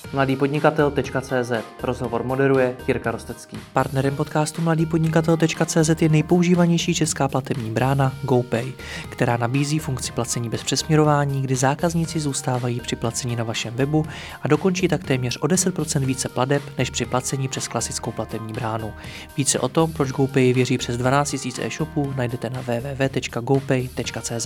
mladýpodnikatel.cz. Rozhovor moderuje Jirka Rostecký. Partnerem podcastu mladýpodnikatel.cz je nejpoužívanější česká platební brána GoPay, která nabízí funkci placení bez přesměrování, kdy zákazníci zůstávají při placení na vašem webu a dokončí tak téměř o 10% více plateb než při placení přes klasickou platební bránu. Více o tom, proč GoPay věří přes 12 000 e-shopů, najdete na www.gopay.cz.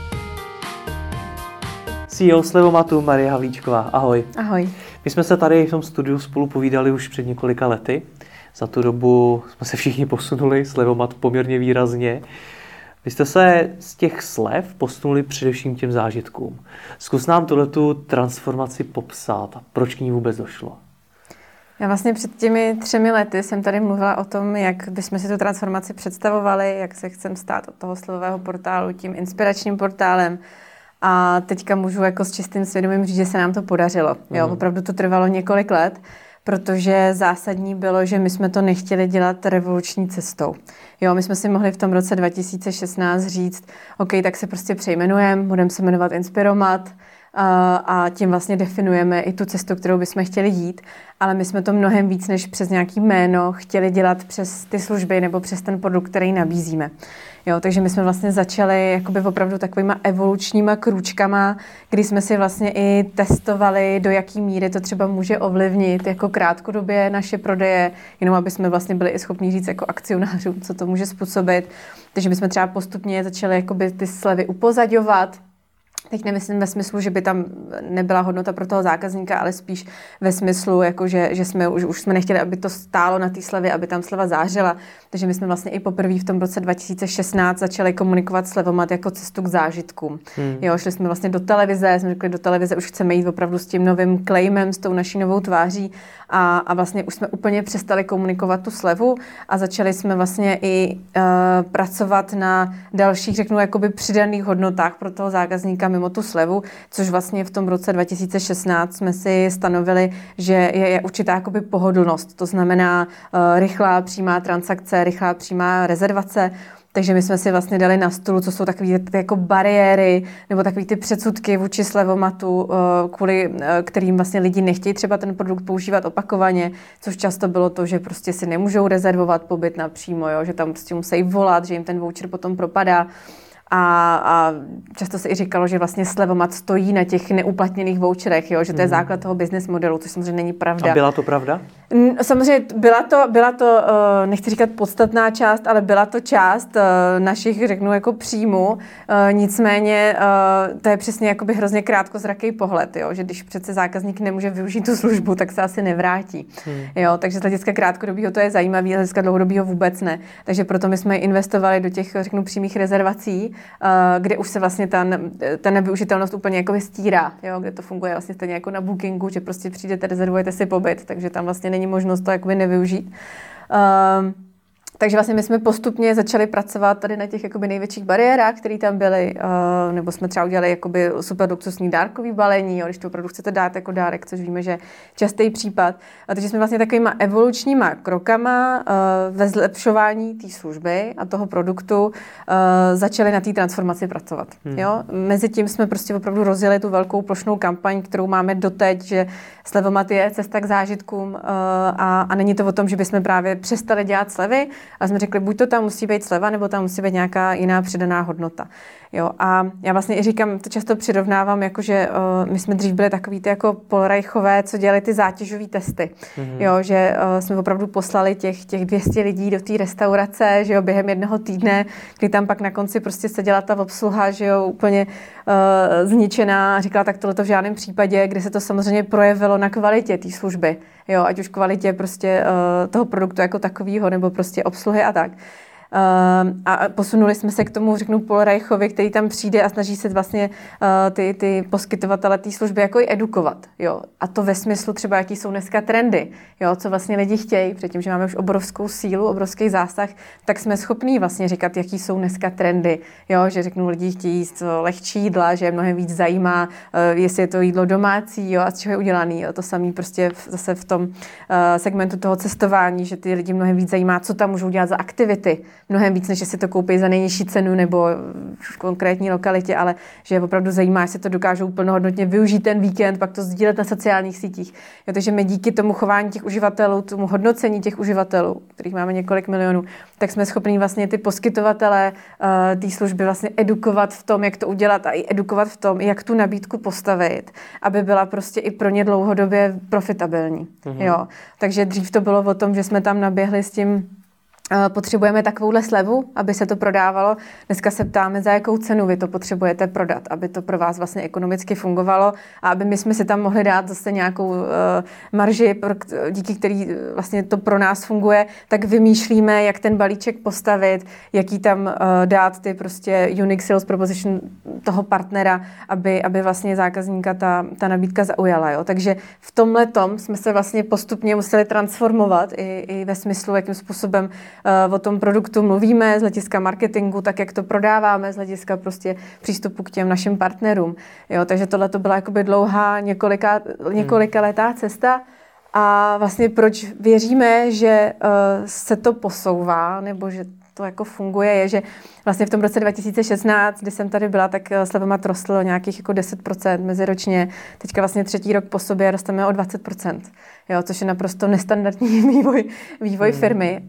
CEO Slevomatu Marie Havlíčková. Ahoj. Ahoj. My jsme se tady v tom studiu spolu povídali už před několika lety. Za tu dobu jsme se všichni posunuli, Slevomat poměrně výrazně. Vy jste se z těch slev posunuli především těm zážitkům. Zkus nám tuhletu transformaci popsat a proč k ní vůbec došlo. Já vlastně před těmi 3 lety jsem tady mluvila o tom, jak bychom si tu transformaci představovali, jak se chcem stát od toho slevového portálu tím inspiračním portálem. A teďka můžu jako s čistým svědomím říct, že se nám to podařilo. Jo, opravdu to trvalo několik let, protože zásadní bylo, že my jsme to nechtěli dělat revoluční cestou. Jo, my jsme si mohli v tom roce 2016 říct, OK, tak se prostě přejmenujeme, budeme se jmenovat Inspiromat a tím vlastně definujeme i tu cestu, kterou bychom chtěli jít, ale my jsme to mnohem víc než přes nějaký jméno chtěli dělat přes ty služby nebo přes ten produkt, který nabízíme. Jo, takže my jsme vlastně začali jakoby opravdu takovýma evolučníma krůčkama, kdy jsme si vlastně i testovali, do jaký míry to třeba může ovlivnit jako krátkodobě naše prodeje, jenom aby jsme vlastně byli i schopni říct jako akcionářům, co to může způsobit. Takže my jsme třeba postupně začali jakoby ty slevy upozaďovat. Teď nemyslím ve smyslu, že by tam nebyla hodnota pro toho zákazníka, ale spíš ve smyslu, jako že jsme už jsme nechtěli, aby to stálo na té slevě, aby tam sleva zářila. Takže my jsme vlastně i poprvé v tom roce 2016 začali komunikovat Slevomat jako cestu k zážitkům. Jo, šli jsme vlastně do televize, jsme řekli, do televize už chceme jít opravdu s tím novým claimem, s tou naší novou tváří a vlastně už jsme úplně přestali komunikovat tu slevu a začali jsme vlastně i pracovat na dalších, řeknu, jakoby přidaných hodnotách pro toho zákazníka mimo tu slevu, což vlastně v tom roce 2016 jsme si stanovili, že je určitá jakoby pohodlnost, to znamená rychlá přímá transakce, rychlá přímá rezervace. Takže my jsme si vlastně dali na stůl, co jsou takové jako bariéry nebo takové ty předsudky vůči Slevomatu, kvůli kterým vlastně lidi nechtějí třeba ten produkt používat opakovaně, což často bylo to, že prostě si nemůžou rezervovat pobyt napřímo, jo, že tam prostě musí volat, že jim ten voucher potom propadá. A často se i říkalo, že vlastně Slevomat stojí na těch neuplatněných voucherech, jo? Že to je základ toho business modelu, což samozřejmě není pravda. A byla to pravda? Samozřejmě byla to nechci říkat podstatná část, ale byla to část našich, řeknu, jako příjmů. Nicméně to je přesně jakoby hrozně krátkozraký pohled, jo? Že když přece zákazník nemůže využít tu službu, tak se asi nevrátí. Jo? Takže z hlediska krátkodobího to je zajímavý, z hlediska dlouhodobího vůbec ne. Takže proto my jsme investovali do těch, řeknu, přímých rezervací, kde už se vlastně ta nevyužitelnost úplně jako stírá, jo, kde to funguje vlastně stejně jako na Bookingu, že prostě přijdete, rezervujete si pobyt, takže tam vlastně není možnost to jakoby nevyužít. Takže vlastně my jsme postupně začali pracovat tady na těch jakoby největších bariérách, které tam byly, nebo jsme třeba udělali jakoby super luxusní dárkový balení, jo, když to opravdu chcete dát jako dárek, což víme, že častý případ. Takže jsme vlastně takovýma evolučníma krokama ve zlepšování té služby a toho produktu začali na té transformaci pracovat. Jo. Mezitím jsme prostě opravdu rozjeli tu velkou plošnou kampaň, kterou máme doteď, že Slevomat je cesta k zážitkům a není to o tom, že bychom právě přestali dělat slevy, a jsme řekli, buď to tam musí být sleva, nebo tam musí být nějaká jiná přidaná hodnota. Jo, a já vlastně i říkám, to často přirovnávám, jakože my jsme dřív byli takový ty jako Polreichové, co dělali ty zátěžové testy. Jo, že jsme opravdu poslali těch 200 lidí do té restaurace, že jo, během jednoho týdne, kdy tam pak na konci prostě seděla ta obsluha, že jo, úplně zničená, říkala, tak tohle to v žádném případě, kde se to samozřejmě projevilo na kvalitě té služby. Jo, ať už kvalitě prostě toho produktu jako takového, nebo prostě obsluhy a tak. A posunuli jsme se k tomu, řeknu, Polreichovi, který tam přijde a snaží se vlastně ty poskytovatele té služby jako i edukovat. Jo. A to ve smyslu třeba, jaký jsou dneska trendy, jo, co vlastně lidi chtějí, předtím, že máme už obrovskou sílu, obrovský zásah, tak jsme schopní vlastně říkat, jaký jsou dneska trendy. Jo, že řeknu, lidi chtějí jíst lehčí jídla, že je mnohem víc zajímá, jestli je to jídlo domácí, jo, a z čeho je udělaný. Jo. To samé prostě zase v tom segmentu toho cestování, že ty lidi mnohem víc zajímá, co tam můžou dělat za aktivity. mnohem víc, než že si to koupí za nejnižší cenu nebo v konkrétní lokalitě, ale že je opravdu zajímá, jestli to dokážou plnohodnotně využít ten víkend, pak to sdílet na sociálních sítích. Jo, takže my díky tomu chování těch uživatelů, tomu hodnocení těch uživatelů, kterých máme několik milionů, tak jsme schopni vlastně ty poskytovatele té služby vlastně edukovat v tom, jak to udělat a i edukovat v tom, jak tu nabídku postavit, aby byla prostě i pro ně dlouhodobě profitabilní. Jo. Takže dřív to bylo o tom, že jsme tam naběhli s tím, potřebujeme takovouhle slevu, aby se to prodávalo. Dneska se ptáme, za jakou cenu vy to potřebujete prodat, aby to pro vás vlastně ekonomicky fungovalo a aby my jsme si tam mohli dát zase nějakou marži, díky který vlastně to pro nás funguje, tak vymýšlíme, jak ten balíček postavit, jaký tam dát ty prostě unique sales proposition toho partnera, aby vlastně zákazníka ta nabídka zaujala. Jo? Takže v tomhletom jsme se vlastně postupně museli transformovat i ve smyslu, jakým způsobem o tom produktu mluvíme z hlediska marketingu, tak jak to prodáváme z hlediska prostě přístupu k těm našim partnerům. Jo, takže tohle to byla jakoby dlouhá několikaletá cesta a vlastně proč věříme, že se to posouvá nebo že to jako funguje, je, že vlastně v tom roce 2016, kdy jsem tady byla, tak slevomat rostl o nějakých jako 10% meziročně. Teďka vlastně 3. rok po sobě rosteme o 20%, jo, což je naprosto nestandardní vývoj firmy.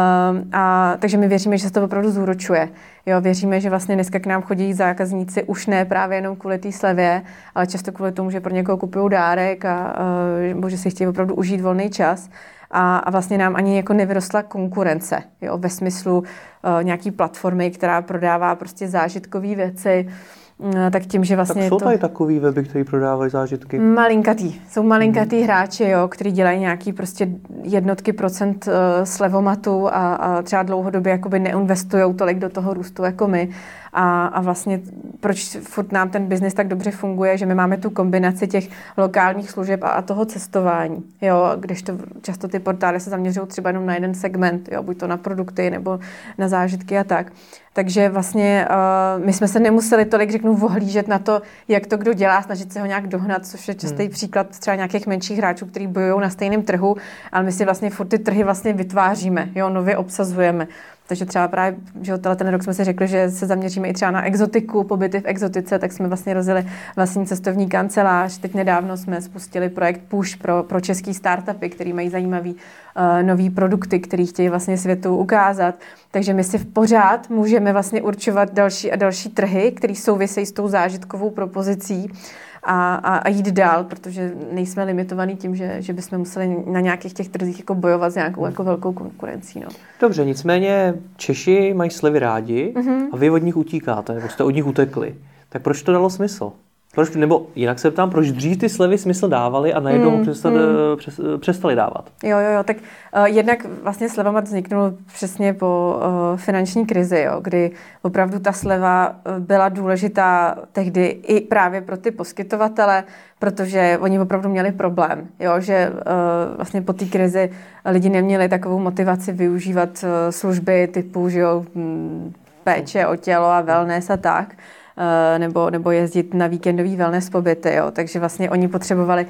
Takže my věříme, že se to opravdu zúročuje. Jo, věříme, že vlastně dneska k nám chodí zákazníci už ne právě jenom kvůli té slevě, ale často kvůli tomu, že pro někoho kupují dárek nebo že si chtějí opravdu užít volný čas. A vlastně nám ani jako nevyrostla konkurence, jo, ve smyslu nějaký platformy, která prodává prostě zážitkové věci, tak tím, že vlastně tak jsou tady takový weby, který prodávají zážitky? Malinkatý. Jsou malinkatý hráči, jo, kteří dělají nějaký prostě jednotky procent slevomatu a třeba dlouhodobě jakoby neinvestujou tolik do toho růstu jako my. A vlastně proč furt nám ten biznis tak dobře funguje, že my máme tu kombinaci těch lokálních služeb a toho cestování. Jo, když to často ty portály se zaměřují třeba jenom na jeden segment, jo, buď to na produkty nebo na zážitky a tak. Takže vlastně my jsme se nemuseli tolik, řeknu, ohlížet na to, jak to kdo dělá, snažit se ho nějak dohnat, což je častý příklad třeba nějakých menších hráčů, kteří bojují na stejném trhu, ale my si vlastně furt ty trhy vlastně vytváříme, jo, nově obsazujeme. Takže třeba právě, že ten rok jsme si řekli, že se zaměříme i třeba na exotiku, pobyty v exotice, tak jsme vlastně rozjeli vlastní cestovní kancelář. Teď nedávno jsme spustili projekt Push pro český startupy, který mají zajímavý nový produkty, který chtějí vlastně světu ukázat. Takže my si pořád můžeme vlastně určovat další a další trhy, které souvisejí s tou zážitkovou propozicí a jít dál, protože nejsme limitovaní tím, že bychom museli na nějakých těch trzích jako bojovat s nějakou jako velkou konkurencí. No. Dobře, nicméně Češi mají slevy rádi a vy od nich utíkáte, nebo jste od nich utekli. Tak proč to dalo smysl? Proč, nebo jinak se ptám, proč dřív ty slevy smysl dávaly a najednou přestali dávat? Jo, tak jednak vlastně slevomat vzniknul přesně po finanční krizi, jo, kdy opravdu ta sleva byla důležitá tehdy i právě pro ty poskytovatele, protože oni opravdu měli problém, jo, že vlastně po té krizi lidi neměli takovou motivaci využívat služby typu, že jo, péče o tělo a wellness a tak. Nebo jezdit na víkendový wellness pobyty. Jo. Takže vlastně oni potřebovali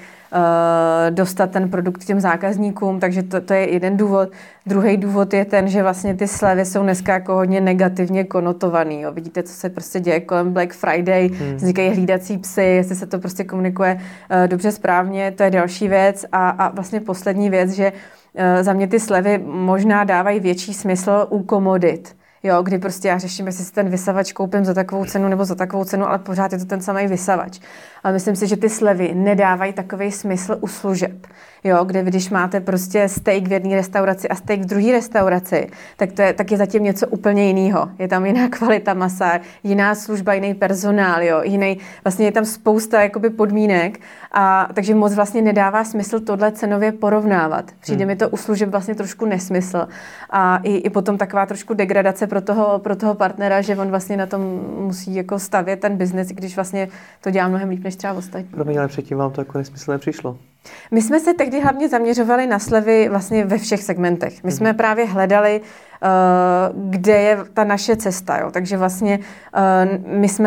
dostat ten produkt těm zákazníkům, takže to je jeden důvod. Druhý důvod je ten, že vlastně ty slevy jsou dneska jako hodně negativně konotovaný. Jo. Vidíte, co se prostě děje kolem Black Friday, vznikají hlídací psy, jestli se to prostě komunikuje dobře správně, to je další věc. A vlastně poslední věc, že za mě ty slevy možná dávají větší smysl u komodit. Jo, kdy prostě já řeším, jestli si ten vysavač koupím za takovou cenu nebo za takovou cenu, ale pořád je to ten samý vysavač. Ale myslím si, že ty slevy nedávají takový smysl u služeb. Jo, kde když máte prostě steak v jedné restauraci a steak v druhé restauraci, tak je zatím něco úplně jiného. Je tam jiná kvalita masa, jiná služba, jiný personál, jo, vlastně je tam spousta jakoby podmínek, a takže moc vlastně nedává smysl tohle cenově porovnávat. Přijde mi to u služeb vlastně trošku nesmysl. A i potom taková trošku degradace pro toho partnera, že on vlastně na tom musí jako stavět ten biznes, když vlastně to dělá mnohem líp než třeba ostatní. Promiň, ale předtím vám to jako nesmysl nepřišlo. My jsme se tehdy hlavně zaměřovali na slevy vlastně ve všech segmentech. My jsme právě hledali, kde je ta naše cesta. Jo. Takže vlastně my jsme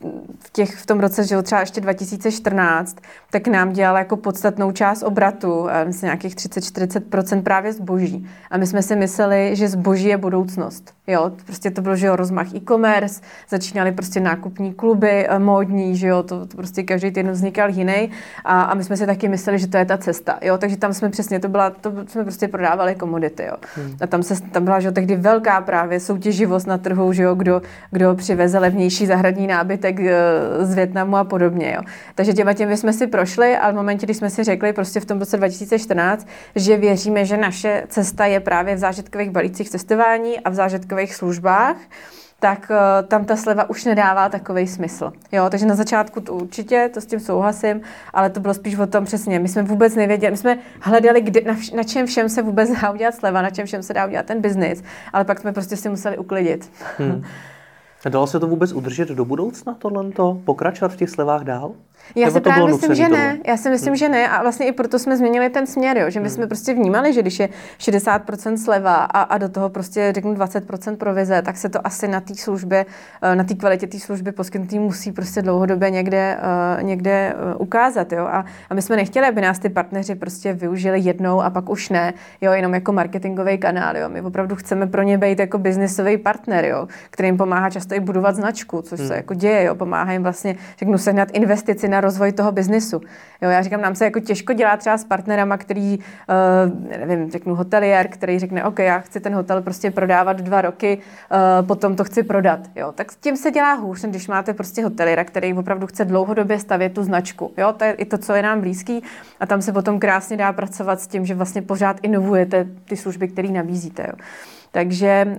v tom roce, že třeba ještě 2014, tak nám dělala jako podstatnou část obratu, myslím nějakých 30-40% právě zboží. A my jsme si mysleli, že zboží je budoucnost. Jo, prostě to bylo, že jo, rozmach e-commerce, začínaly prostě nákupní kluby módní, že jo, to prostě každý týden vznikal jiný a my jsme si taky mysleli, že to je ta cesta, jo, takže tam jsme přesně, to jsme prostě prodávali komodity, jo. A tam byla, že jo, tehdy velká právě soutěživost na trhu, že jo, kdo přiveze levnější zahradní nábytek z Vietnamu a podobně, jo. Takže těmi jsme si prošli, ale v momentě, když jsme si řekli prostě v tom roce 2014, že věříme, že naše cesta je právě v zážitkových balících cestování a v zážitkových službách, tak tam ta sleva už nedává takovej smysl. Jo, takže na začátku to určitě, to s tím souhlasím, ale to bylo spíš o tom přesně. My jsme vůbec nevěděli, my jsme hledali, na čem všem se vůbec dá udělat sleva, na čem všem se dá udělat ten biznis, ale pak jsme prostě si museli uklidit. Dalo se to vůbec udržet do budoucna, tohleto? Pokračovat v těch slevách dál? Já si právě myslím, že ne. Já si myslím, že ne a vlastně i proto jsme změnili ten směr, jo? Že my jsme prostě vnímali, že když je 60% sleva a do toho prostě řeknu 20% provize, tak se to asi na té službě, na té kvalitě té služby poskytnutý musí prostě dlouhodobě někde ukázat, jo? A my jsme nechtěli, aby nás ty partneři prostě využili jednou a pak už ne, jo? Jenom jako marketingový kanál, jo? My opravdu chceme pro ně být jako biznisový partner, jo? Který jim pomáhá často i budovat značku, což se jako děje, jo? Pomáhá jim vlastně, řeknu, sehnat investici na rozvoj toho biznisu. Jo, já říkám, nám se jako těžko dělá třeba s partnerama, který, nevím, řeknu hoteliér, který řekne, OK, já chci ten hotel prostě prodávat 2 roky, potom to chci prodat. Jo, tak s tím se dělá hůř, když máte prostě hoteliéra, který opravdu chce dlouhodobě stavět tu značku. Jo, to je i to, co je nám blízký a tam se potom krásně dá pracovat s tím, že vlastně pořád inovujete ty služby, které nabízíte. Jo. Takže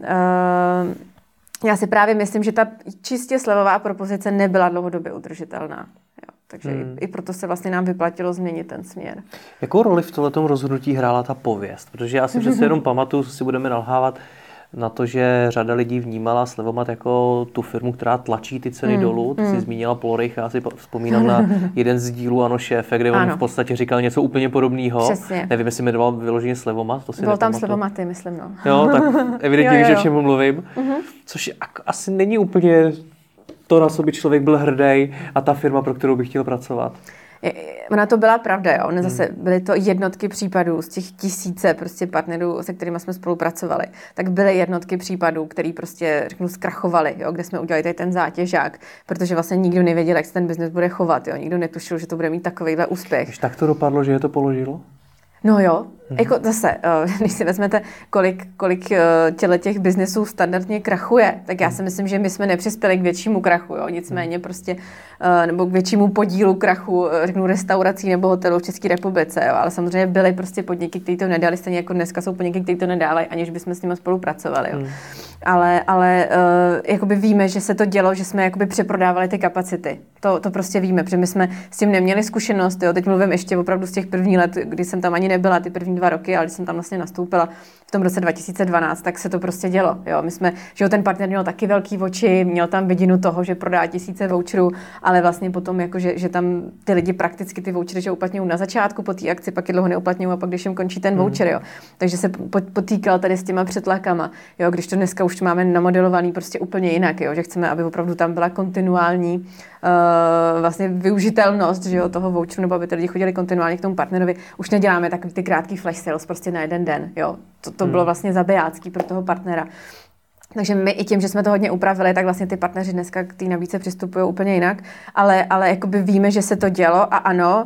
já si právě myslím, že ta čistě slevová propozice nebyla dlouhodobě udržitelná. Takže i proto se vlastně nám vyplatilo změnit ten směr. Jakou roli v tomhletom rozhodnutí hrála ta pověst? Protože já si přece jenom pamatuju, si budeme nalhávat na to, že řada lidí vnímala Slevomat jako tu firmu, která tlačí ty ceny dolů. Ty jsi zmínila Polrych, já si vzpomínám na jeden z dílů Ano šéfe, kde on v podstatě říkal něco úplně podobného. Přesně. Nevím, jestli jmenoval vyloženě Slevomat. To si byl tam Slevomaty, myslím, no. Jo, tak evidentně víš, o čem mluvím. Což asi není úplně to, na co by člověk byl hrdý a ta firma, pro kterou by chtěl pracovat. Ona to byla pravda, jo. Zase byly to jednotky případů z těch tisíce prostě partnerů, se kterými jsme spolupracovali. Tak byly jednotky případů, který prostě, řeknu, zkrachovali, jo, kde jsme udělali tady ten zátěžák, protože vlastně nikdo nevěděl, jak se ten biznes bude chovat, jo. Nikdo netušil, že to bude mít takovýhle úspěch. Když tak to dopadlo, že je to položilo? No jo, jako zase, když si vezmete, kolik těch biznesů standardně krachuje, tak já si myslím, že my jsme nepřispěli k většímu krachu, jo, nicméně prostě, nebo k většímu podílu krachu, řeknu, restaurací nebo hotelů v České republice, jo, ale samozřejmě byly prostě podniky, které to nedali, stejně jako dneska jsou podniky, které to nedávají, aniž bychom s nimi spolupracovali, jo. Ale jakoby víme, že se to dělo, že jsme jakoby přeprodávali ty kapacity. To prostě víme, protože my jsme s tím neměli zkušenost, jo. Teď mluvím ještě opravdu z těch prvních let, kdy jsem tam ani nebyla ty první 2 roky, ale když jsem tam vlastně nastoupila v tom roce 2012, tak se to prostě dělo. Jo. My jsme, že jo, ten partner měl taky velký oči, měl tam vidinu toho, že prodá tisíce voucherů, ale vlastně potom, jako, že tam ty lidi prakticky ty vouchery, že uplatňují na začátku po té akci, pak je dlouho neuplatňují a pak když jim končí ten voucher, jo. Takže se potýkal tady s těma přetlakama, jo, když to dneska už máme namodelovaný prostě úplně jinak, jo, že chceme, aby opravdu tam byla kontinuální vlastně využitelnost, že jo, toho voucheru, nebo aby ty lidi chodili kontinuálně k tomu partnerovi. Už neděláme takový ty krátký flash sales prostě na jeden den, jo. To bylo vlastně zabijácký pro toho partnera. Takže my i tím, že jsme to hodně upravili, tak vlastně ty partneři dneska k té nabídce přistupují úplně jinak, ale jakoby víme, že se to dělo a ano,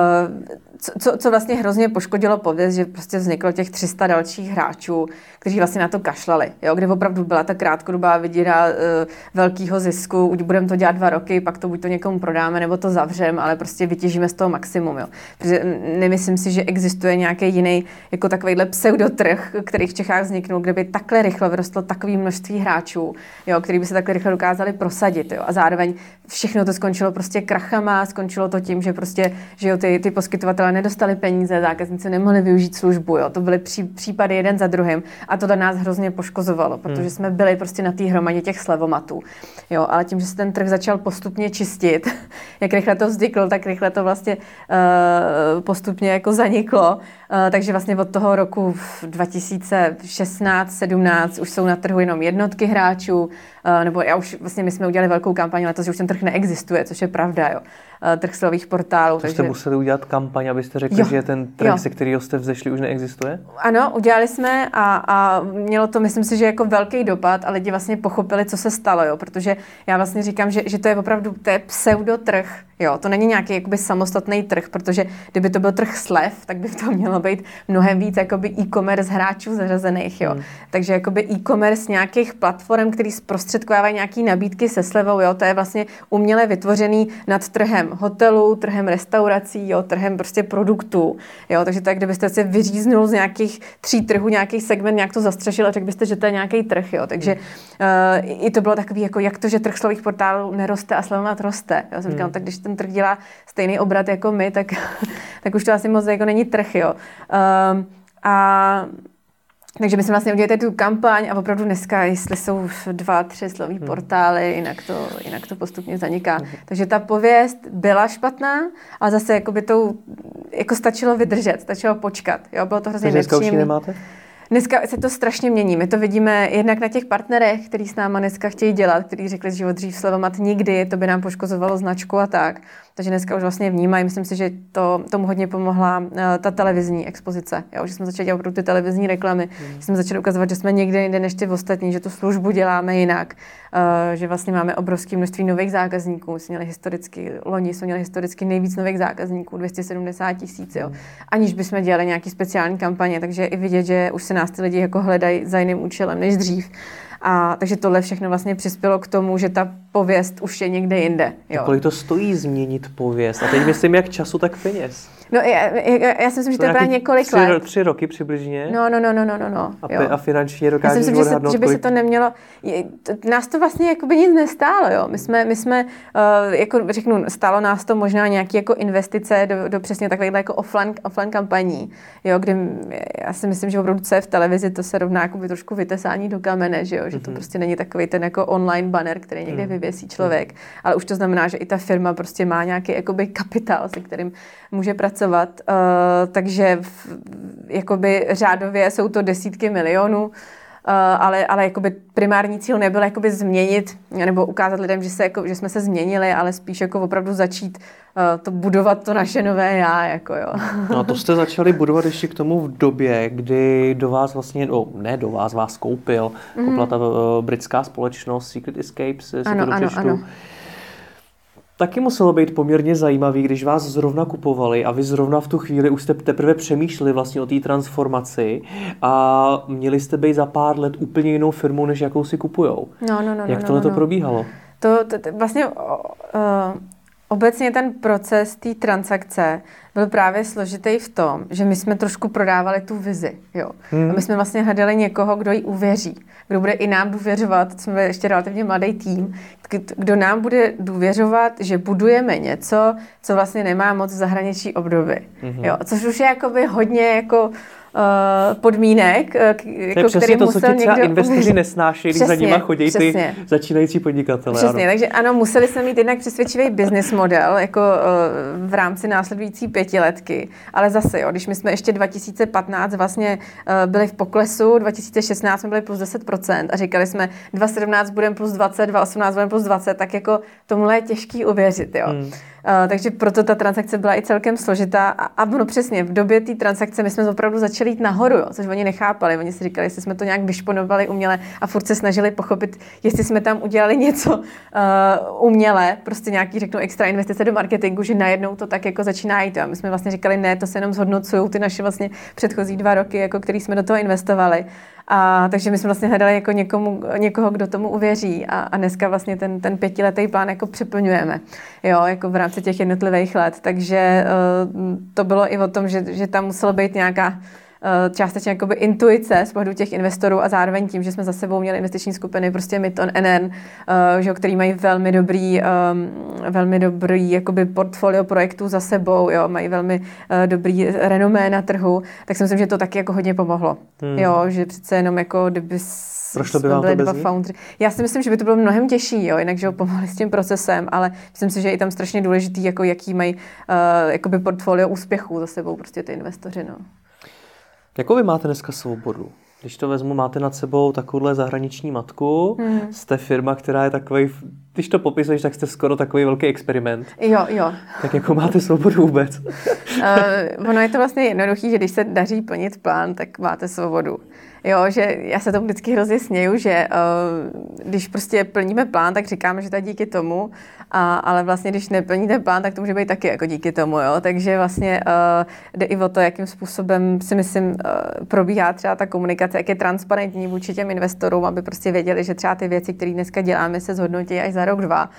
co vlastně hrozně poškodilo pověst, že prostě vzniklo těch 300 dalších hráčů, kteří vlastně na to kašlali, jo, kde opravdu byla ta krátkodobá vidina velkého zisku, budeme to dělat 2 roky, pak to buď to někomu prodáme, nebo to zavřeme, ale prostě vytěžíme z toho maximum, jo. Protože nemyslím si, že existuje nějaký jiný jako takovýhle pseudotrh, který v Čechách vzniknul, kde by takhle rychle vyrostlo takový množství hráčů, jo, který by se takhle rychle dokázali prosadit, jo. A zároveň všechno to skončilo prostě krachama, skončilo to tím, že prostě, že jo, ty poskytovatelé nedostali peníze, zákazníci nemohli využít službu, jo. To byly případy jeden za druhým a to nás hrozně poškozovalo, protože jsme byli prostě na té hromadě těch slevomatů. Jo, ale tím, že se ten trh začal postupně čistit, jak rychle to vzniklo, tak rychle to vlastně postupně jako zaniklo. Takže vlastně od toho roku 2016-17 už jsou na trhu jenom jenom jednotky hráčů, nebo my jsme udělali velkou kampaň letos, že už ten trh neexistuje, což je pravda, jo. Trh silových portálů. Takže jste museli udělat kampaň, abyste řekli, že ten trh, se kterého jste vzešli, už neexistuje? Ano, udělali jsme a mělo to, myslím si, že jako velký dopad a lidi vlastně pochopili, co se stalo, jo, protože já vlastně říkám, že to je opravdu, to je pseudotrh, jo, to není nějaký jakoby samostatný trh, protože kdyby to byl trh slev, tak by to mělo být mnohem víc jakoby e-commerce hráčů zařazených, jo. Takže jakoby e-commerce nějakých platform, který zprostředkovávají nějaký nabídky se slevou, jo, to je vlastně uměle vytvořený nad trhem hotelů, trhem restaurací, jo, trhem prostě produktů, jo, takže tak, kdybyste se vyříznul z nějakých 3 trhů, nějaký segment, nějak to zastřešil a řekl byste, že to je nějaký trh, jo, takže i to bylo takový, jako jak to, že trh silových portálů neroste a Slevomat roste, jo, jsem říkala, tak když ten trh dělá stejný obrat jako my, tak už to asi moc jako není trh, jo. Takže my jsme vlastně udělali tu kampaň a opravdu dneska, jestli jsou 2, 3 slovní portály, jinak to postupně zaniká. Takže ta pověst byla špatná, ale zase jako stačilo vydržet, stačilo počkat. Jo, bylo to hrozně nepříjemné. Nemáte? Dneska se to strašně mění. My to vidíme jednak na těch partnerech, kteří s náma dneska chtějí dělat, kteří řekli, že dřív Slevomat nikdy, to by nám poškozovalo značku a tak. Takže dneska už vlastně vnímají. Myslím si, že tomu hodně pomohla ta televizní expozice. Jo? Že jsme začali dělat opravdu ty televizní reklamy. Že jsme začali ukazovat, že jsme někde jinde než ty ostatní, že tu službu děláme jinak. Že vlastně máme obrovské množství nových zákazníků. Loni jsme měli historicky nejvíc nových zákazníků, 270 000, jo? Aniž bychom dělali nějaký speciální kampaně. Takže i vidět, že už se nás ty lidi jako hledají za jiným účelem než dřív. Takže tohle všechno vlastně přispělo k tomu, že ta pověst už je někde jinde. Jo. Kolik to stojí změnit pověst? A teď myslím jak času, tak peněz. No já si myslím, že to je právě několik let. 3 roky přibližně. No. A finančně dokážeš odhadnout, že by se to nemělo. Nás to vlastně jakoby nic nestálo, jo. My jsme jako řeknu, stálo nás to možná nějaký jako investice do přesně takovýchhle jako offline kampaní, jo, kde já si myslím, že opravdu co je v televizi, to se rovná jakoby trošku vytesání do kamene, že jo, že to prostě není takový ten jako online banner, který někde vyvěsí člověk, ale už to znamená, že i ta firma prostě má nějaký jakoby kapitál, se kterým může pracovat, takže jakoby řádově jsou to desítky milionů, ale jakoby primární cíl nebyl jakoby změnit nebo ukázat lidem, že jsme se změnili, ale spíš jako opravdu začít budovat to naše nové já, jako jo. No a to jste začali budovat ještě k tomu v době, kdy do vás vlastně, vás koupila ta britská společnost Secret Escapes, Ano. Taky muselo být poměrně zajímavý, když vás zrovna kupovali a vy zrovna v tu chvíli už jste teprve přemýšleli vlastně o té transformaci a měli jste být za pár let úplně jinou firmou, než jakou si kupujou. Jak tohle to probíhalo? To vlastně obecně ten proces té transakce byl právě složitý v tom, že my jsme trošku prodávali tu vizi. Jo. A my jsme vlastně hledali někoho, kdo jí uvěří, kdo bude i nám důvěřovat, jsme ještě relativně mladý tým, kdo nám bude důvěřovat, že budujeme něco, co vlastně nemá moc zahraniční obdoby. Jo. Což už je jakoby hodně jako podmínek, jako který to, musel někdo... třeba investoři nesnáší, když za nima chodí ty začínající podnikatelé. Přesně, takže ano, museli jsme mít jednak přesvědčivý business model jako v rámci následující 5letky, ale zase, jo, když my jsme ještě 2015 vlastně byli v poklesu, 2016 jsme byli plus 10% a říkali jsme 2017 budeme plus 20, 2018 budeme plus 20, tak jako tomuhle je těžký uvěřit, jo. Takže proto ta transakce byla i celkem složitá a no přesně, v době té transakce my jsme opravdu začali jít nahoru, jo, což oni nechápali. Oni si říkali, jestli jsme to nějak vyšponovali uměle a furt se snažili pochopit, jestli jsme tam udělali něco uměle, prostě nějaký, řeknu, extra investice do marketingu, že najednou to tak jako začíná jít. A my jsme vlastně říkali, ne, to se jenom zhodnocují ty naše vlastně předchozí 2 roky, jako který jsme do toho investovali. Takže my jsme vlastně hledali jako někoho, kdo tomu uvěří a dneska vlastně ten 5letý plán jako přeplňujeme, jo, jako v rámci těch jednotlivých let. Takže to bylo i o tom, že tam muselo být nějaká částečně jakoby intuice z pohledu těch investorů a zároveň tím, že jsme za sebou měli investiční skupiny, prostě Myton, NN, který mají velmi dobrý jakoby portfolio projektů za sebou, jo, mají velmi dobrý renomé na trhu, tak si myslím, že to taky jako hodně pomohlo. Jo, že přece jenom jako kdyby byli 2 foundry. Já si myslím, že by to bylo mnohem těžší, jo, jinak, že ho pomohli s tím procesem, ale myslím si, že je i tam strašně důležitý, jako jaký mají portfolio úspěchů za sebou prostě ty investoři, no. Jakou vy máte dneska svobodu? Když to vezmu, máte nad sebou takovouhle zahraniční matku, jste firma, která je takovej, když to popisuješ, tak jste skoro takový velký experiment. Jo. Tak jako máte svobodu vůbec? Ono je to vlastně jednoduchý, že když se daří plnit plán, tak máte svobodu. Jo, že já se tomu vždycky hrozně směju, že když prostě plníme plán, tak říkáme, že to je díky tomu, ale vlastně když neplníte plán, tak to může být taky jako díky tomu, jo. Takže vlastně jde i o to, jakým způsobem si myslím probíhá třeba ta komunikace, jak je transparentní vůči těm investorům, aby prostě věděli, že třeba ty věci, které dneska děláme, se zhodnotí až za rok, 2.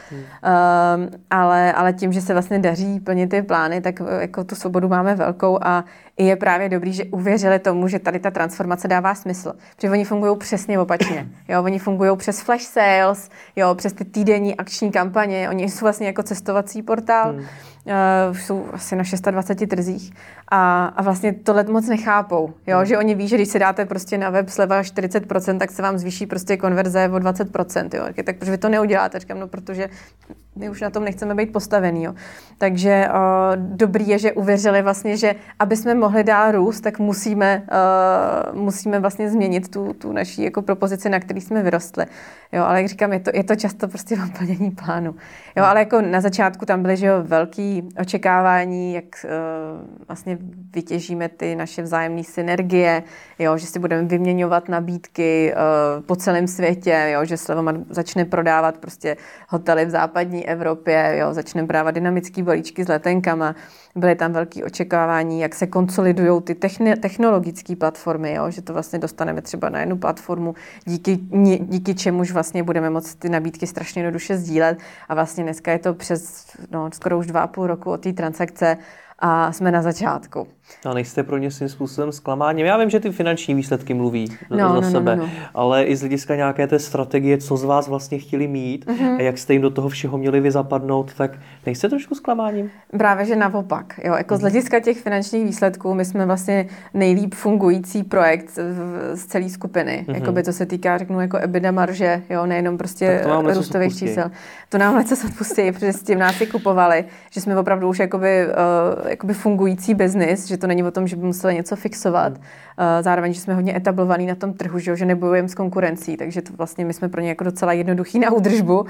Ale tím, že se vlastně daří plnit ty plány, tak jako tu svobodu máme velkou a i je právě dobrý, že uvěřili tomu, že tady ta transformace dává smysl. Protože oni fungují přesně opačně. Jo, oni fungují přes flash sales, jo, přes ty týdenní akční kampaně. Oni jsou vlastně jako cestovací portál. Jsou asi na 620 trzích a vlastně tohle moc nechápou, jo? Že oni ví, že když si dáte prostě na web sleva 40%, tak se vám zvýší prostě konverze o 20%, jo? Tak proč vy to neuděláte? Říkám, no protože my už na tom nechceme být postavený, jo? Takže dobrý je, že uvěřili vlastně, že aby jsme mohli dál růst, tak musíme vlastně změnit tu naší jako propozici, na který jsme vyrostli, jo? Ale jak říkám, je to často prostě v plnění plánu, jo? Ale jako na začátku tam byly, že jo, velký očekávání, jak vlastně vytěžíme ty naše vzájemné synergie, jo, že si budeme vyměňovat nabídky po celém světě, jo, že Slevomat začne prodávat prostě hotely v západní Evropě, jo, začneme prodávat dynamické balíčky s letenkama. Byly tam velké očekávání, jak se konsolidují ty technologické platformy, jo, že to vlastně dostaneme třeba na jednu platformu, díky čemuž vlastně budeme moct ty nabídky strašně jednoduše sdílet. A vlastně dneska je to přes skoro už 2,5 roku od té transakce a jsme na začátku. A nejste pro ně svým způsobem zklamáním. Já vím, že ty finanční výsledky mluví za sebe, ale i z hlediska nějaké té strategie, co z vás vlastně chtěli mít a jak jste jim do toho všeho měli vy zapadnout, tak nejste trošku zklamáním? Právě, že naopak. Jo, jako z hlediska těch finančních výsledků my jsme vlastně nejlíp fungující projekt z celé skupiny. Jakoby to se týká, řeknu, jako EBITDA marže, jo, nejenom prostě růstových čísel. To nám leco odpustí, protože s tím nás si kupovali, že jsme opravdu už jakoby fungující biznis, že to není o tom, že by museli něco fixovat. Zároveň, že jsme hodně etablovaní na tom trhu, že nebojujeme s konkurencí, takže to vlastně my jsme pro ně jako docela jednoduchý na údržbu.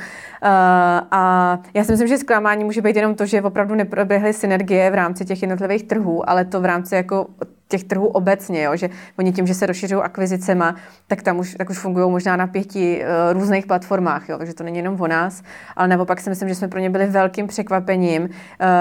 A já si myslím, že zklamání může být jenom to, že opravdu neproběhly synergie v rámci těch jednotlivých trhů, ale to v rámci jako těch trhů obecně, jo, že oni tím, že se rozšiřují akvizicema, tak tam už fungují možná na 5 různých platformách, jo, takže to není jenom o nás, ale naopak si myslím, že jsme pro ně byli velkým překvapením,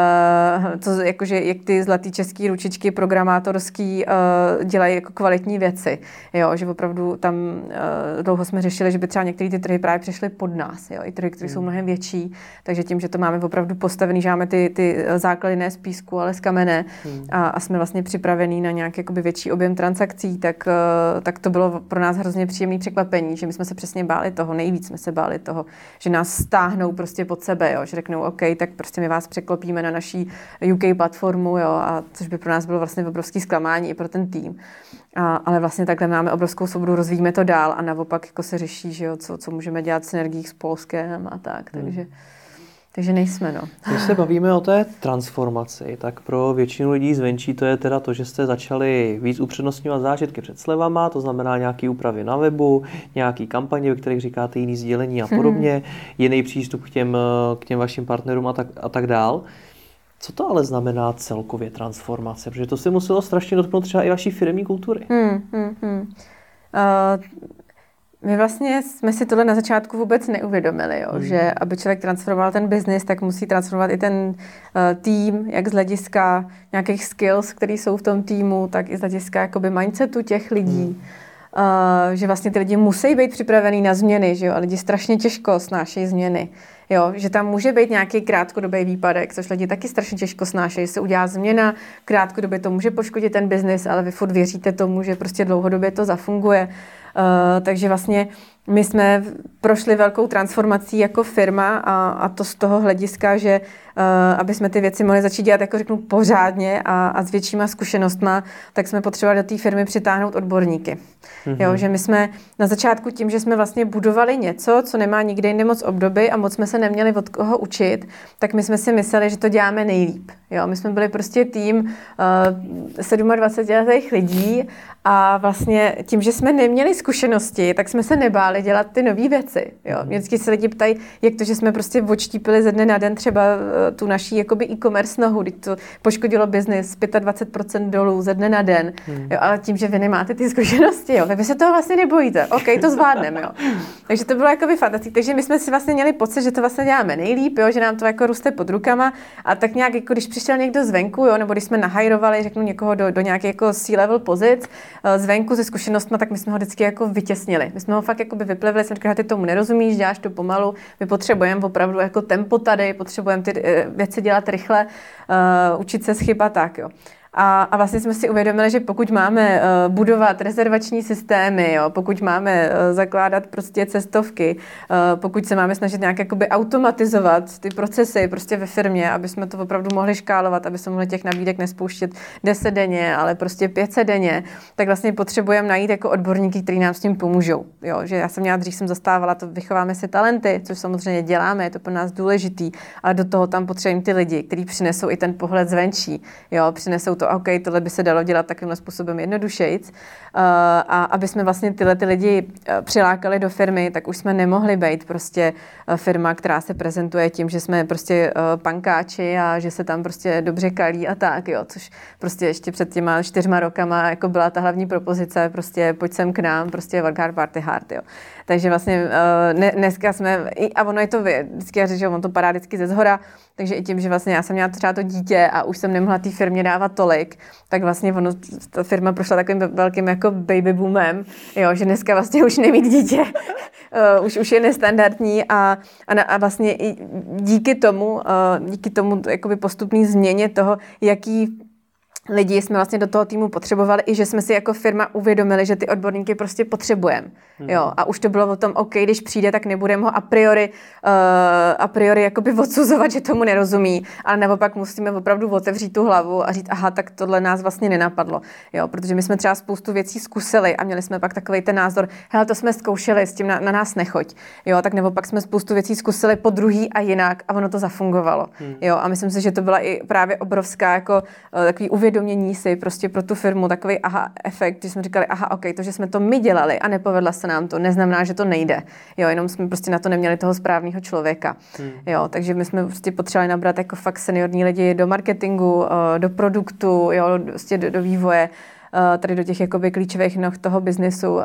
jakože jak ty zlatý český ručičky programátorský dělají jako kvalitní věci, jo, že opravdu tam dlouho jsme řešili, že by třeba některé ty trhy právě přišly pod nás, jo, i trhy, které jsou mnohem větší, takže tím, že to máme opravdu postavený, že máme ty základy ne z písku, ale z kamene a jsme vlastně připravení na nějaký jakoby větší objem transakcí, tak to bylo pro nás hrozně příjemné překvapení, že my jsme se přesně báli toho, nejvíc jsme se báli toho, že nás stáhnou prostě pod sebe, jo, že řeknou OK, tak prostě my vás překlopíme na naší UK platformu, jo, a což by pro nás bylo vlastně obrovský zklamání i pro ten tým. Ale vlastně takhle máme obrovskou svobodu, rozvíjíme to dál a naopak jako se řeší, že jo, co můžeme dělat v synergiích s Polskem a tak, takže nejsme, no. Když se bavíme o té transformaci, tak pro většinu lidí zvenčí to je teda to, že jste začali víc upřednostňovat zážitky před slevama, to znamená nějaké úpravy na webu, nějaké kampaně, ve kterých říkáte jiný sdělení a podobně, jiný přístup k těm vašim partnerům a tak dál. Co to ale znamená celkově transformace? Protože to se muselo strašně dotknout třeba i vaší firemní kultury. My vlastně jsme si tohle na začátku vůbec neuvědomili, jo? Že aby člověk transformoval ten biznis, tak musí transformovat i ten tým, jak z hlediska nějakých skills, které jsou v tom týmu, tak i z hlediska jakoby mindsetu těch lidí. Že vlastně ty lidi musí být připravený na změny, že jo? A lidi strašně těžko snášejí změny. Jo, že tam může být nějaký krátkodobý výpadek, což lidi taky strašně těžko snášejí, že se udělá změna, krátkodobě to může poškodit ten biznis, ale vy furt věříte tomu, že prostě dlouhodobě to zafunguje. Takže vlastně my jsme prošli velkou transformací jako firma a to z toho hlediska, že aby jsme ty věci mohli začít dělat, jako řeknu, pořádně a s většíma zkušenostma, tak jsme potřebovali do té firmy přitáhnout odborníky. Jo, že my jsme na začátku tím, že jsme vlastně budovali něco, co nemá nikde jinde moc obdoby a moc jsme se se neměli od koho učit, tak my jsme si mysleli, že to děláme nejlíp. Jo, my jsme byli prostě tým 27letých lidí a vlastně tím, že jsme neměli zkušenosti, tak jsme se nebáli dělat ty nové věci. Jo. Mě vždycky se lidi ptají, jak to, že jsme prostě odštípili ze dne na den třeba tu naší jakoby e-commerce nohu, když to poškodilo biznis 25% dolů ze dne na den, jo, ale tím, že vy nemáte ty zkušenosti, jo, tak vy se toho vlastně nebojíte. OK, to zvládneme, jo. Takže to bylo jakoby fantastické. Takže my jsme si vlastně měli pocit, že to vlastně děláme nejlíp, jo, že nám to jako roste pod rukama a tak nějak jako když přišel někdo zvenku, jo, nebo když jsme nahajrovali, řeknu někoho do nějaké jako C-level pozic zvenku se zkušenostmi, tak my jsme ho vždycky jako vytěsnili. My jsme ho fakt jako by vyplevili, jsme říkali, ty tomu nerozumíš, děláš to pomalu, my potřebujeme opravdu jako tempo tady, potřebujeme ty věci dělat rychle, učit se z chyb a tak, jo. A vlastně jsme si uvědomili, že pokud máme budovat rezervační systémy, jo, pokud máme zakládat prostě cestovky, pokud se máme snažit nějak jakoby automatizovat ty procesy prostě ve firmě, aby jsme to opravdu mohli škálovat, aby jsme mohli těch nabídek nespouštět 10 denně, ale prostě 500 denně, tak vlastně potřebujeme najít jako odborníky, kteří nám s tím pomůžou. Jo, že já jsem měla dřív zastávala, to vychováme si talenty, což samozřejmě děláme, je to pro nás důležitý, ale do toho tam potřebujeme ty lidi, kteří přinesou i ten pohled zvenčí, jo, přinesou to, OK, tohle by se dalo dělat takovým způsobem jednodušejc. A aby jsme vlastně tyhle ty lidi přilákali do firmy, tak už jsme nemohli být prostě firma, která se prezentuje tím, že jsme prostě pankáči a že se tam prostě dobře kalí a tak, jo, což prostě ještě před těma 4 rokama jako byla ta hlavní propozice, prostě pojď sem k nám, prostě work hard, party hard, jo. Takže vlastně dneska jsme, a ono je to vždycky, já říct, že on to padá vždycky ze zhora, takže i tím, že vlastně já jsem měla třeba to dítě a už jsem nemohla té firmě dávat tolik, tak vlastně ono, ta firma prošla takovým velkým jako baby boomem, jo, že dneska vlastně už nemít dítě už je nestandardní a vlastně i díky tomu jakoby postupný změně toho, jaký lidi jsme vlastně do toho týmu potřebovali i že jsme si jako firma uvědomili, že ty odborníky prostě potřebujeme. Jo, a už to bylo o tom, OK, když přijde, tak nebudeme ho a priori jakoby odsuzovat, že tomu nerozumí, ale naopak musíme opravdu otevřít tu hlavu a říct, aha, tak tohle nás vlastně nenapadlo. Jo, protože my jsme třeba spoustu věcí zkusili a měli jsme pak takovej ten názor, hele, to jsme zkoušeli, s tím na nás nechoď. Jo, tak naopak jsme spoustu věcí zkusili po druhý a jinak a ono to zafungovalo. Jo, a myslím si, že to byla i právě obrovská jako takový uvědomění si prostě pro tu firmu, takový aha efekt, že jsme říkali, aha, OK, to, že jsme to my dělali a nepovedla se nám to, neznamená, že to nejde. Jo, jenom jsme prostě na to neměli toho správného člověka. Jo, takže my jsme prostě potřebovali nabrat jako fakt seniorní lidi do marketingu, do produktu, jo, prostě do vývoje, tady do těch jakoby klíčových noh toho biznesu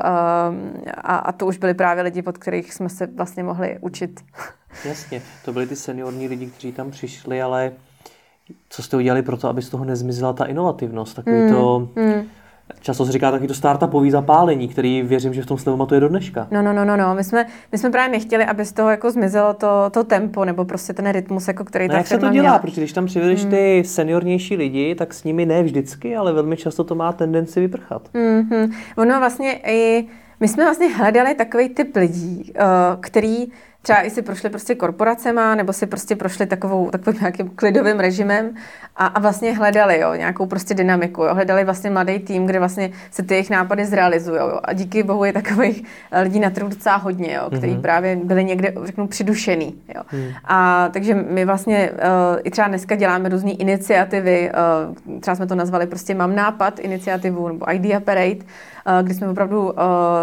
a to už byli právě lidi, pod kterých jsme se vlastně mohli učit. Jasně, to byli ty seniorní lidi, kteří tam přišli, ale co jste udělali pro to, aby z toho nezmizela ta inovativnost? Takový to, často se říká taky to startupový zapálení, který věřím, že v tom Slevomatu je do dneška. No. My jsme právě nechtěli, aby z toho jako zmizelo to tempo, nebo prostě ten rytmus, jako který ta jak firma se to dělá? měla. Protože když tam přivedeš ty seniornější lidi, tak s nimi ne vždycky, ale velmi často to má tendenci vyprchat. Ono vlastně my jsme vlastně hledali takový typ lidí, který třeba i si prošli prostě korporacema, nebo si prostě prošli takovým nějakým klidovým režimem a vlastně hledali, jo, nějakou prostě dynamiku, jo, hledali vlastně mladý tým, kde vlastně se ty jejich nápady zrealizují, jo, a díky bohu je takových lidí na trhu docela hodně, jo, kteří právě byli někde, řeknu, přidušený, jo. A takže my vlastně i třeba dneska děláme různé iniciativy, třeba jsme to nazvali prostě Mám nápad iniciativu, nebo Idea Parade, kdy jsme opravdu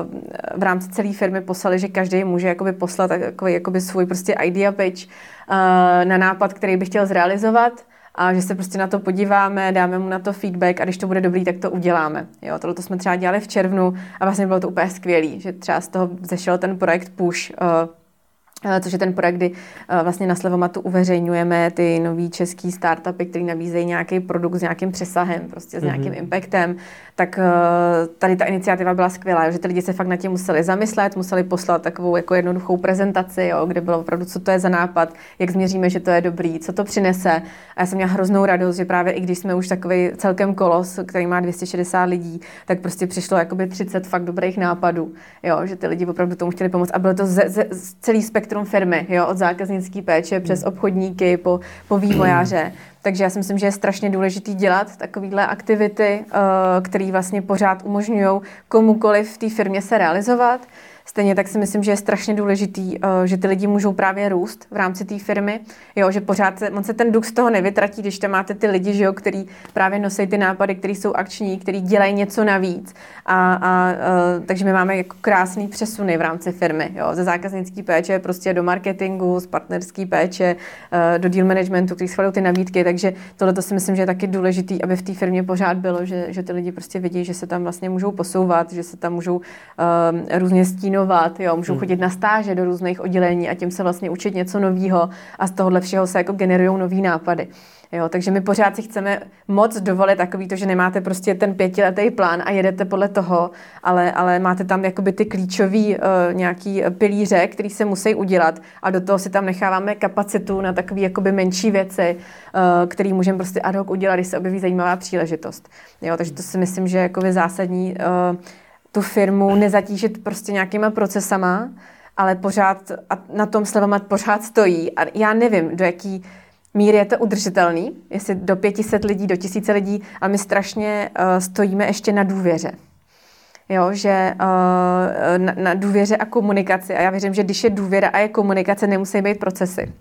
v rámci celé firmy poslali, že každý může jakoby poslat takový jakoby svůj prostě idea pitch na nápad, který by chtěl zrealizovat a že se prostě na to podíváme, dáme mu na to feedback a když to bude dobrý, tak to uděláme. Jo, tohle jsme třeba dělali v červnu a vlastně bylo to úplně skvělý, že třeba z toho zešel ten projekt Push, což je ten projekt, kdy vlastně na Slevomatu uveřejňujeme ty nový český startupy, který nabízejí nějaký produkt s nějakým přesahem, prostě s nějakým impactem, tak tady ta iniciativa byla skvělá, že ty lidi se fakt nad tím museli zamyslet, museli poslat takovou jako jednoduchou prezentaci, jo, kde bylo opravdu, co to je za nápad, jak změříme, že to je dobrý, co to přinese. A já jsem měla hroznou radost, že právě i když jsme už takový celkem kolos, který má 260 lidí, tak prostě přišlo jakoby 30 fakt dobrých nápadů, jo, že ty lidi opravdu tomu chtěli pomoct a bylo to celý spektrum firmy, jo, od zákaznické péče přes obchodníky po vývojáře. Takže já si myslím, že je strašně důležitý dělat takovýhle aktivity, které vlastně pořád umožňují komukoliv v té firmě se realizovat. Stejně tak si myslím, že je strašně důležitý, že ty lidi můžou právě růst v rámci té firmy, jo, že pořád on se ten duch z toho nevytratí, když tam máte ty lidi, že jo, který právě nosí ty nápady, který jsou akční, který dělají něco navíc. Takže my máme jako krásný přesuny v rámci firmy, jo, ze zákaznické péče prostě do marketingu, z partnerské péče, do deal managementu, který schvalují ty nabídky, takže tohle to si myslím, že je taky důležitý, aby v té firmě pořád bylo, že ty lidi prostě vidí, že se tam vlastně můžou posouvat, že se tam můžou různě stínovat, jo, můžou chodit na stáže do různých oddělení a tím se vlastně učit něco nového a z tohohle všeho se jako generují nový nápady. Jo, takže my pořád si chceme moc dovolit takový to, že nemáte prostě ten 5letý plán a jedete podle toho, ale máte tam jakoby ty klíčový nějaký pilíře, který se musí udělat a do toho si tam necháváme kapacitu na takové jakoby menší věci, který můžeme prostě ad hoc udělat, když se objeví zajímavá příležitost. Jo, takže to si myslím, že je jakoby zásadní tu firmu nezatížit prostě nějakýma procesama, ale pořád a na tom Slevomat pořád stojí. A já nevím, do jaký míry je to udržitelný, jestli do 500 lidí, do 1000 lidí, ale my strašně stojíme ještě na důvěře. Jo, že na důvěře a komunikaci. A já věřím, že když je důvěra a je komunikace, nemusí být procesy.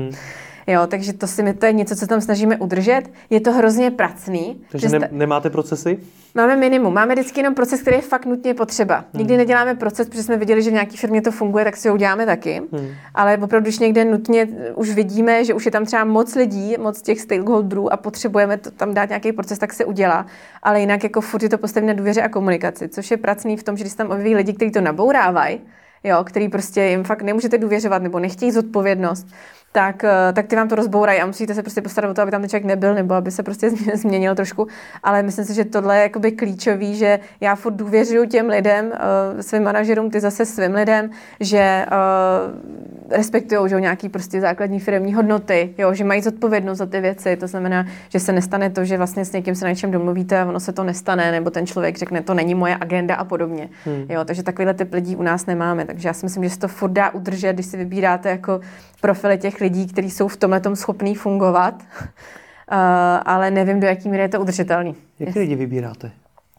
Jo, takže to je něco, co tam snažíme udržet. Je to hrozně pracný. Takže nemáte procesy? Máme minimum. Máme vždycky jenom proces, který je fakt nutně potřeba. Nikdy neděláme proces, protože jsme viděli, že v nějaké firmě to funguje, tak si ho uděláme taky. Ale opravdu, když někde nutně už vidíme, že už je tam třeba moc lidí, moc těch stakeholderů a potřebujeme to tam dát nějaký proces, tak se udělá. Ale jinak jako furt je to postavené na důvěře a komunikaci, což je pracný v tom, že když tam objeví lidi, kteří to nabourávají, jo, který prostě jim fakt nemůžete důvěřovat nebo nechtějí zodpovědnost, tak ty vám to rozbourají a musíte se prostě postarat o to, aby tam ten člověk nebyl nebo aby se prostě změnil trošku. Ale myslím si, že tohle je jakoby klíčový, že já furt důvěřuju těm lidem, svým manažerům, ty zase svým lidem, že respektujou, že nějaký prostě základní firemní hodnoty, jo, že mají zodpovědnost za ty věci. To znamená, že se nestane to, že vlastně s někým se na něčem domluvíte a ono se to nestane, nebo ten člověk řekne, to není moje agenda a podobně. Jo, takže takovýhle typ lidí u nás nemáme. Takže já si myslím, že se to furt dá udržet, když si vybíráte jako profily těch lidí, kteří jsou v tomhletom schopní fungovat, ale nevím, do jaký míry je to udržitelný. Jaké lidi vybíráte?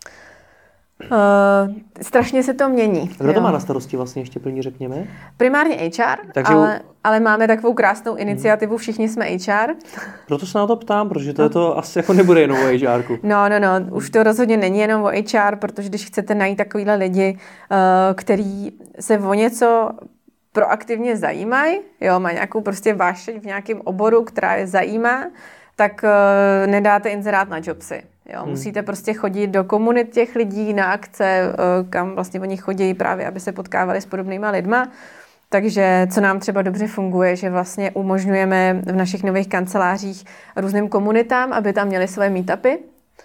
Strašně se to mění. A kdo to má na starosti vlastně, ještě plně řekněme? Primárně HR, takže ale máme takovou krásnou iniciativu, všichni jsme HR. Proto se na to ptám, protože to asi jako nebude jenom o HRku. No, už to rozhodně není jenom o HR, protože když chcete najít takovýhle lidi, který se o něco proaktivně zajímají, jo, má nějakou prostě vášeň v nějakém oboru, která je zajímá, tak nedáte inzerát na jobsy. Jo. Musíte prostě chodit do komunit těch lidí, na akce, kam vlastně oni chodí právě, aby se potkávali s podobnýma lidma. Takže co nám třeba dobře funguje, že vlastně umožňujeme v našich nových kancelářích různým komunitám, aby tam měli své meetupy.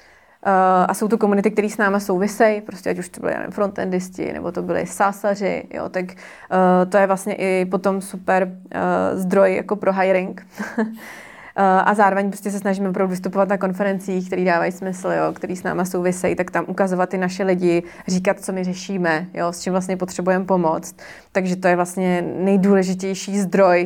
A jsou to komunity, které s náma souvisejí, prostě ať už to byly frontendisti, nebo to byli sásaři, jo, tak to je vlastně i potom super zdroj jako pro hiring. A zároveň prostě se snažíme opravdu vystupovat na konferencích, které dávají smysl, jo, který s náma souvisejí, tak tam ukazovat ty naše lidi, říkat, co my řešíme, jo, s čím vlastně potřebujeme pomoct. Takže to je vlastně nejdůležitější zdroj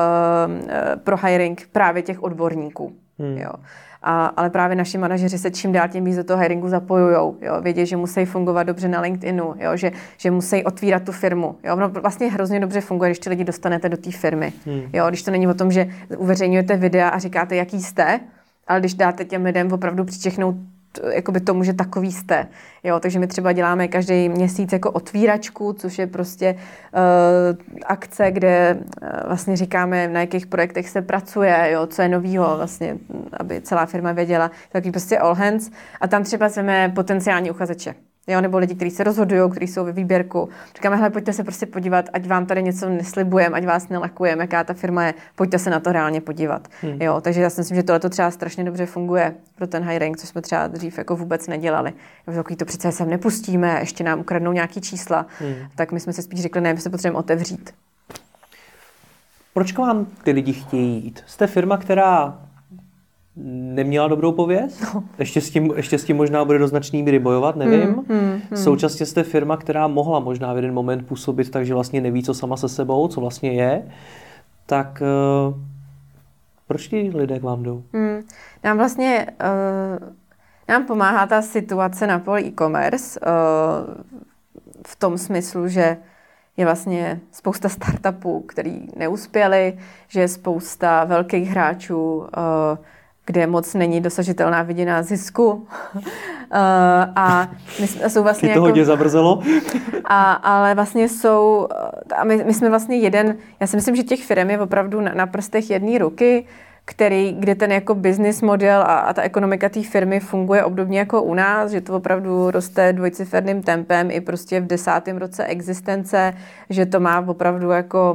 pro hiring právě těch odborníků. Jo. Ale právě naši manažeři se čím dál tím víc do toho hiringu zapojujou. Jo. Vědí, že musí fungovat dobře na LinkedInu, jo. Že musí otvírat tu firmu. Jo. Ono vlastně hrozně dobře funguje, když ty lidi dostanete do té firmy. Jo. Když to není o tom, že uveřejňujete videa a říkáte, jaký jste, ale když dáte těm lidem opravdu přičechnout jakoby tomu, že takový jste. Jo, takže my třeba děláme každý měsíc jako otvíračku, což je prostě akce, kde vlastně říkáme, na jakých projektech se pracuje, jo, co je novýho, vlastně, aby celá firma věděla. Takový prostě all hands. A tam třeba jsme potenciální uchazeče. Jo, nebo lidi, kteří se rozhodují, kteří jsou ve výběrku. Říkáme, hele, pojďte se prostě podívat, ať vám tady něco neslibujeme, ať vás nelakujeme, jaká ta firma je, pojďte se na to reálně podívat. Jo, takže já si myslím, že tohle třeba strašně dobře funguje pro ten hiring, což jsme třeba dřív jako vůbec nedělali. Takový to přece sem nepustíme, ještě nám ukradnou nějaký čísla. Tak my jsme si spíš řekli, ne, my se potřebujeme otevřít. Proč k vám ty lidi chtějí jít? Jste firma, která neměla dobrou pověst? No. Ještě s tím možná bude do značný míry bojovat, nevím. Současně jste firma, která mohla možná v jeden moment působit tak, že vlastně neví, co sama se sebou, co vlastně je. Tak proč ti lidé k vám jdou? Nám vlastně nám pomáhá ta situace na poli e-commerce v tom smyslu, že je vlastně spousta startupů, který neuspěli, že je spousta velkých hráčů, kde moc není dosažitelná vidina zisku. A jsou vlastně to hodně zabrzelo. Ale vlastně jsou, a my jsme vlastně já si myslím, že těch firm je opravdu na prstech jedné ruky, kde ten jako business model a ta ekonomika té firmy funguje obdobně jako u nás, že to opravdu roste dvojciferným tempem i prostě v 10. roce existence, že to má opravdu jako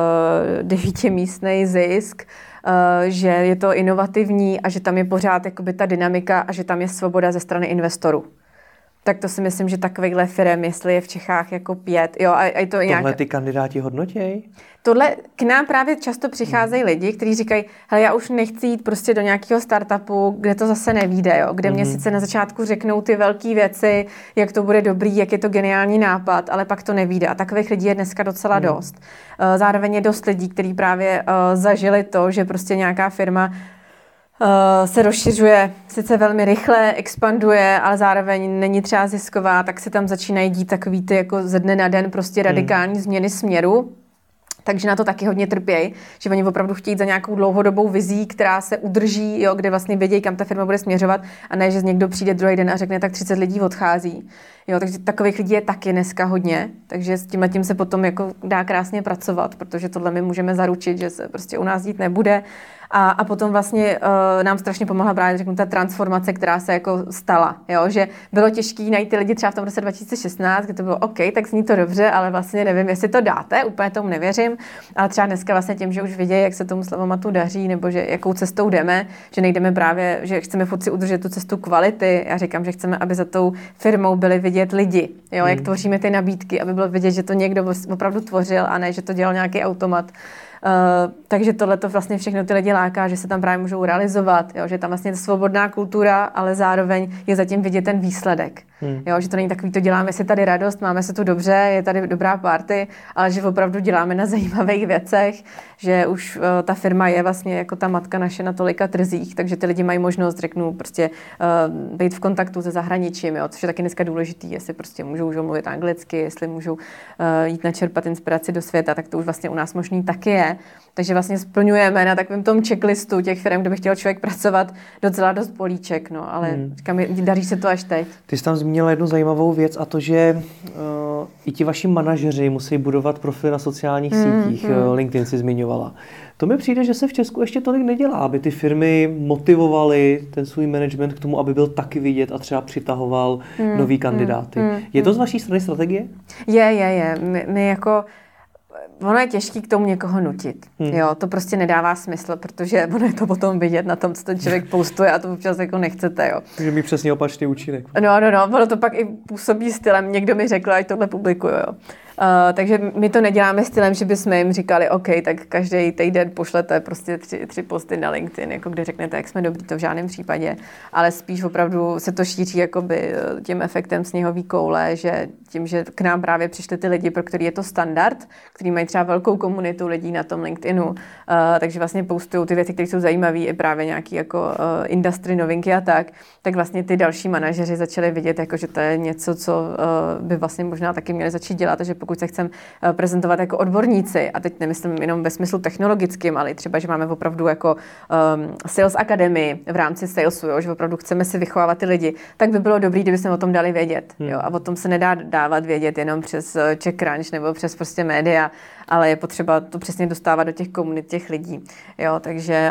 9místný zisk, že je to inovativní a že tam je pořád jakoby ta dynamika a že tam je svoboda ze strany investorů. Tak to si myslím, že takovýchhle firem, jestli je v Čechách jako 5. Jo, a to tohle ty kandidáti hodnotěj? Tohle k nám právě často přicházejí lidi, kteří říkají, hele, já už nechci jít prostě do nějakého startupu, kde to zase nevíde, jo? Kde mě sice na začátku řeknou ty velké věci, jak to bude dobrý, jak je to geniální nápad, ale pak to nevíde. A takových lidí je dneska docela dost. Zároveň je dost lidí, kteří právě zažili to, že prostě nějaká firma se rozšiřuje sice velmi rychle, expanduje, ale zároveň není třeba zisková, tak se tam začínají dít takový ty jako ze dne na den prostě radikální změny směru. Takže na to taky hodně trpějí, že oni opravdu chtějí jít za nějakou dlouhodobou vizí, která se udrží, jo, kde vlastně vědí, kam ta firma bude směřovat, a ne, že někdo přijde druhý den a řekne, tak 30 lidí odchází. Jo, takže takových lidí je taky dneska hodně, takže s tím se potom jako dá krásně pracovat, protože tohle my můžeme zaručit, že se prostě u nás dít nebude. A potom vlastně nám strašně pomohla právě, řeknu, ta transformace, která se jako stala, jo? Že bylo těžké najít ty lidi třeba v tom roce 2016, kdy to bylo OK, tak zní to dobře, ale vlastně nevím, jestli to dáte, úplně tomu nevěřím, ale třeba dneska vlastně tím, že už vidějí, jak se tomu Slavomatu daří, nebo že jakou cestou jdeme, že nejdeme právě, že chceme furt si udržet tu cestu kvality. Já říkám, že chceme, aby za tou firmou byli vidět lidi, jo? Jak tvoříme ty nabídky, aby bylo vidět, že to někdo opravdu tvořil a ne, že to dělal nějaký automat. Takže tohle to vlastně všechno ty lidi láká, že se tam právě můžou realizovat, jo, že tam vlastně je svobodná kultura, ale zároveň je zatím vidět ten výsledek. Jo, že to není takový, to děláme si tady radost, máme se tu dobře, je tady dobrá party, ale že opravdu děláme na zajímavých věcech, že už ta firma je vlastně jako ta matka naše na tolika trzích, takže ty lidi mají možnost, řeknu, prostě být v kontaktu se zahraničím, jo, což je taky dneska důležitý, jestli prostě můžou mluvit anglicky, jestli můžou jít načerpat inspiraci do světa, tak to už vlastně u nás možný taky je. Takže vlastně splňujeme na takovém tom checklistu těch firm, kde by chtěl člověk pracovat, docela dost políček, no, ale říkám, daří se to až teď. Ty jsi tam zmínila jednu zajímavou věc, a to, že i ti vaši manažeři musí budovat profily na sociálních sítích. LinkedIn si zmiňovala. To mi přijde, že se v Česku ještě tolik nedělá, aby ty firmy motivovaly ten svůj management k tomu, aby byl taky vidět a třeba přitahoval nový kandidáty. Je to z vaší strany strategie? Je. My jako... Ono je těžký k tomu někoho nutit. Jo, to prostě nedává smysl, protože ono je to potom vidět na tom, co ten člověk postuje, a to občas jako nechcete, jo. Může mít přesně opačný účinek. No, ono to pak i působí stylem. Někdo mi řekl, ať tohle publikuju, jo. Takže my to neděláme stylem, že bychom jim říkali, OK, tak každý týden pošlete prostě tři posty na LinkedIn, jako kde řeknete, jak jsme dobrý, to v žádném případě, ale spíš opravdu se to šíří jakoby tím efektem sněhový koule, že tím, že k nám právě přišli ty lidi, pro který je to standard, který mají třeba velkou komunitu lidí na tom LinkedInu, takže vlastně postují ty věci, které jsou zajímavé, i právě nějaký jako industry novinky a tak vlastně ty další manažeři začali vidět, jako, že to je něco, co by vlastně možná taky měli začít dělat, že pokud se chceme prezentovat jako odborníci, a teď nemyslím jenom ve smyslu technologickým, ale třeba, že máme opravdu jako Sales Academy v rámci salesu, jo, že opravdu chceme si vychovávat ty lidi, tak by bylo dobré, kdyby jsme o tom dali vědět. Jo, a o tom se nedá dávat vědět jenom přes CheckCrunch nebo přes prostě média, ale je potřeba to přesně dostávat do těch komunit těch lidí. Jo, takže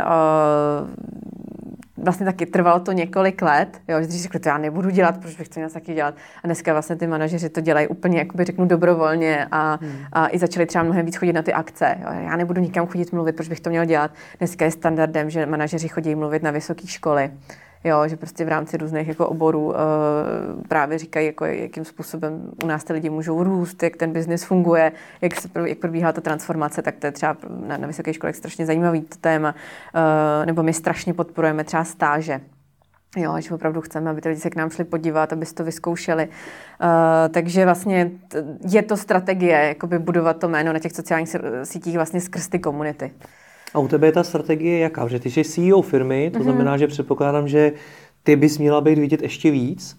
vlastně taky trvalo to několik let, jo, že řekli, to já nebudu dělat, proč bych to měl taky dělat. A dneska vlastně ty manažeři to dělají úplně, jakoby řeknu, dobrovolně a i začali třeba mnohem víc chodit na ty akce. Jo. Já nebudu nikam chodit mluvit, proč bych to měl dělat. Dneska je standardem, že manažeři chodí mluvit na vysoké školy. Jo, že prostě v rámci různých jako oborů právě říkají, jako, jakým způsobem u nás ty lidi můžou růst, jak ten biznis funguje, jak probíhá ta transformace, tak to je třeba na vysoké škole strašně zajímavý to téma. Nebo my strašně podporujeme třeba stáže. Jo, že opravdu chceme, aby ty lidi se k nám šli podívat, aby si to vyzkoušeli. Takže vlastně je to strategie, jakoby budovat to jméno na těch sociálních sítích vlastně skrz ty komunity. A u tebe je ta strategie jaká? Že ty jsi CEO firmy, to znamená, že předpokládám, že ty bys měla být vidět ještě víc.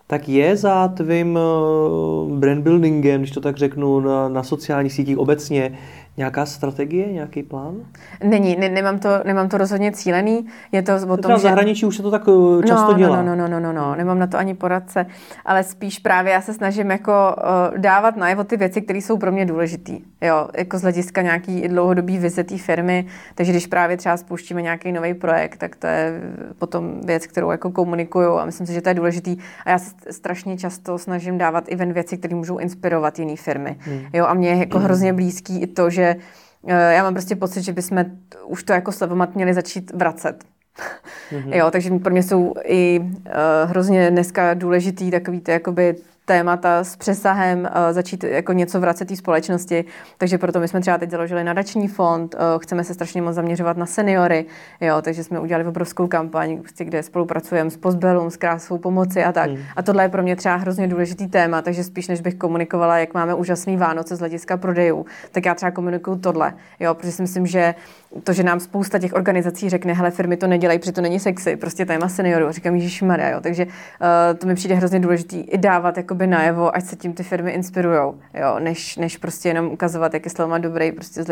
Tak je za tvým brand buildingem, když to tak řeknu, na sociálních sítích obecně nějaká strategie, nějaký plán? Není, nemám to rozhodně cílený. Je to o tom, v zahraničí už se to tak často dělá. No, nemám na to ani poradce, ale spíš právě já se snažím jako dávat najevo ty věci, které jsou pro mě důležitý. Jo, jako z hlediska nějaký dlouhodobý vize té firmy, takže když právě třeba spouštíme nějaký nový projekt, tak to je potom věc, kterou jako komunikuju a myslím si, že to je důležitý. A já se strašně často snažím dávat i ven věci, které můžou inspirovat jiné firmy. Jo, a mně je jako hrozně blízký i to, že já mám prostě pocit, že bychom už to jako Slevomat měli začít vracet. Jo, takže pro mě jsou i hrozně dneska důležitý takový ty jakoby témata s přesahem, začít jako něco vracet té společnosti. Takže proto my jsme třeba teď založili nadační fond, chceme se strašně moc zaměřovat na seniory, jo, takže jsme udělali obrovskou kampaň, kde spolupracujeme s Postbellum, s Krásou pomoci a tak. A tohle je pro mě třeba hrozně důležitý téma, takže spíš než bych komunikovala, jak máme úžasný Vánoce z hlediska prodejů, tak já třeba komunikuju tohle, jo, protože si myslím, že to, že nám spousta těch organizací řekne, hele, firmy to nedělají, protože to není sexy, prostě téma seniorů, říkám ježišmarja, jo, takže to mi přijde hrozně důležitý i dávat jakoby najevo, ať se tím ty firmy inspirujou, jo, než prostě jenom ukazovat, jak je Slevomat dobrý, prostě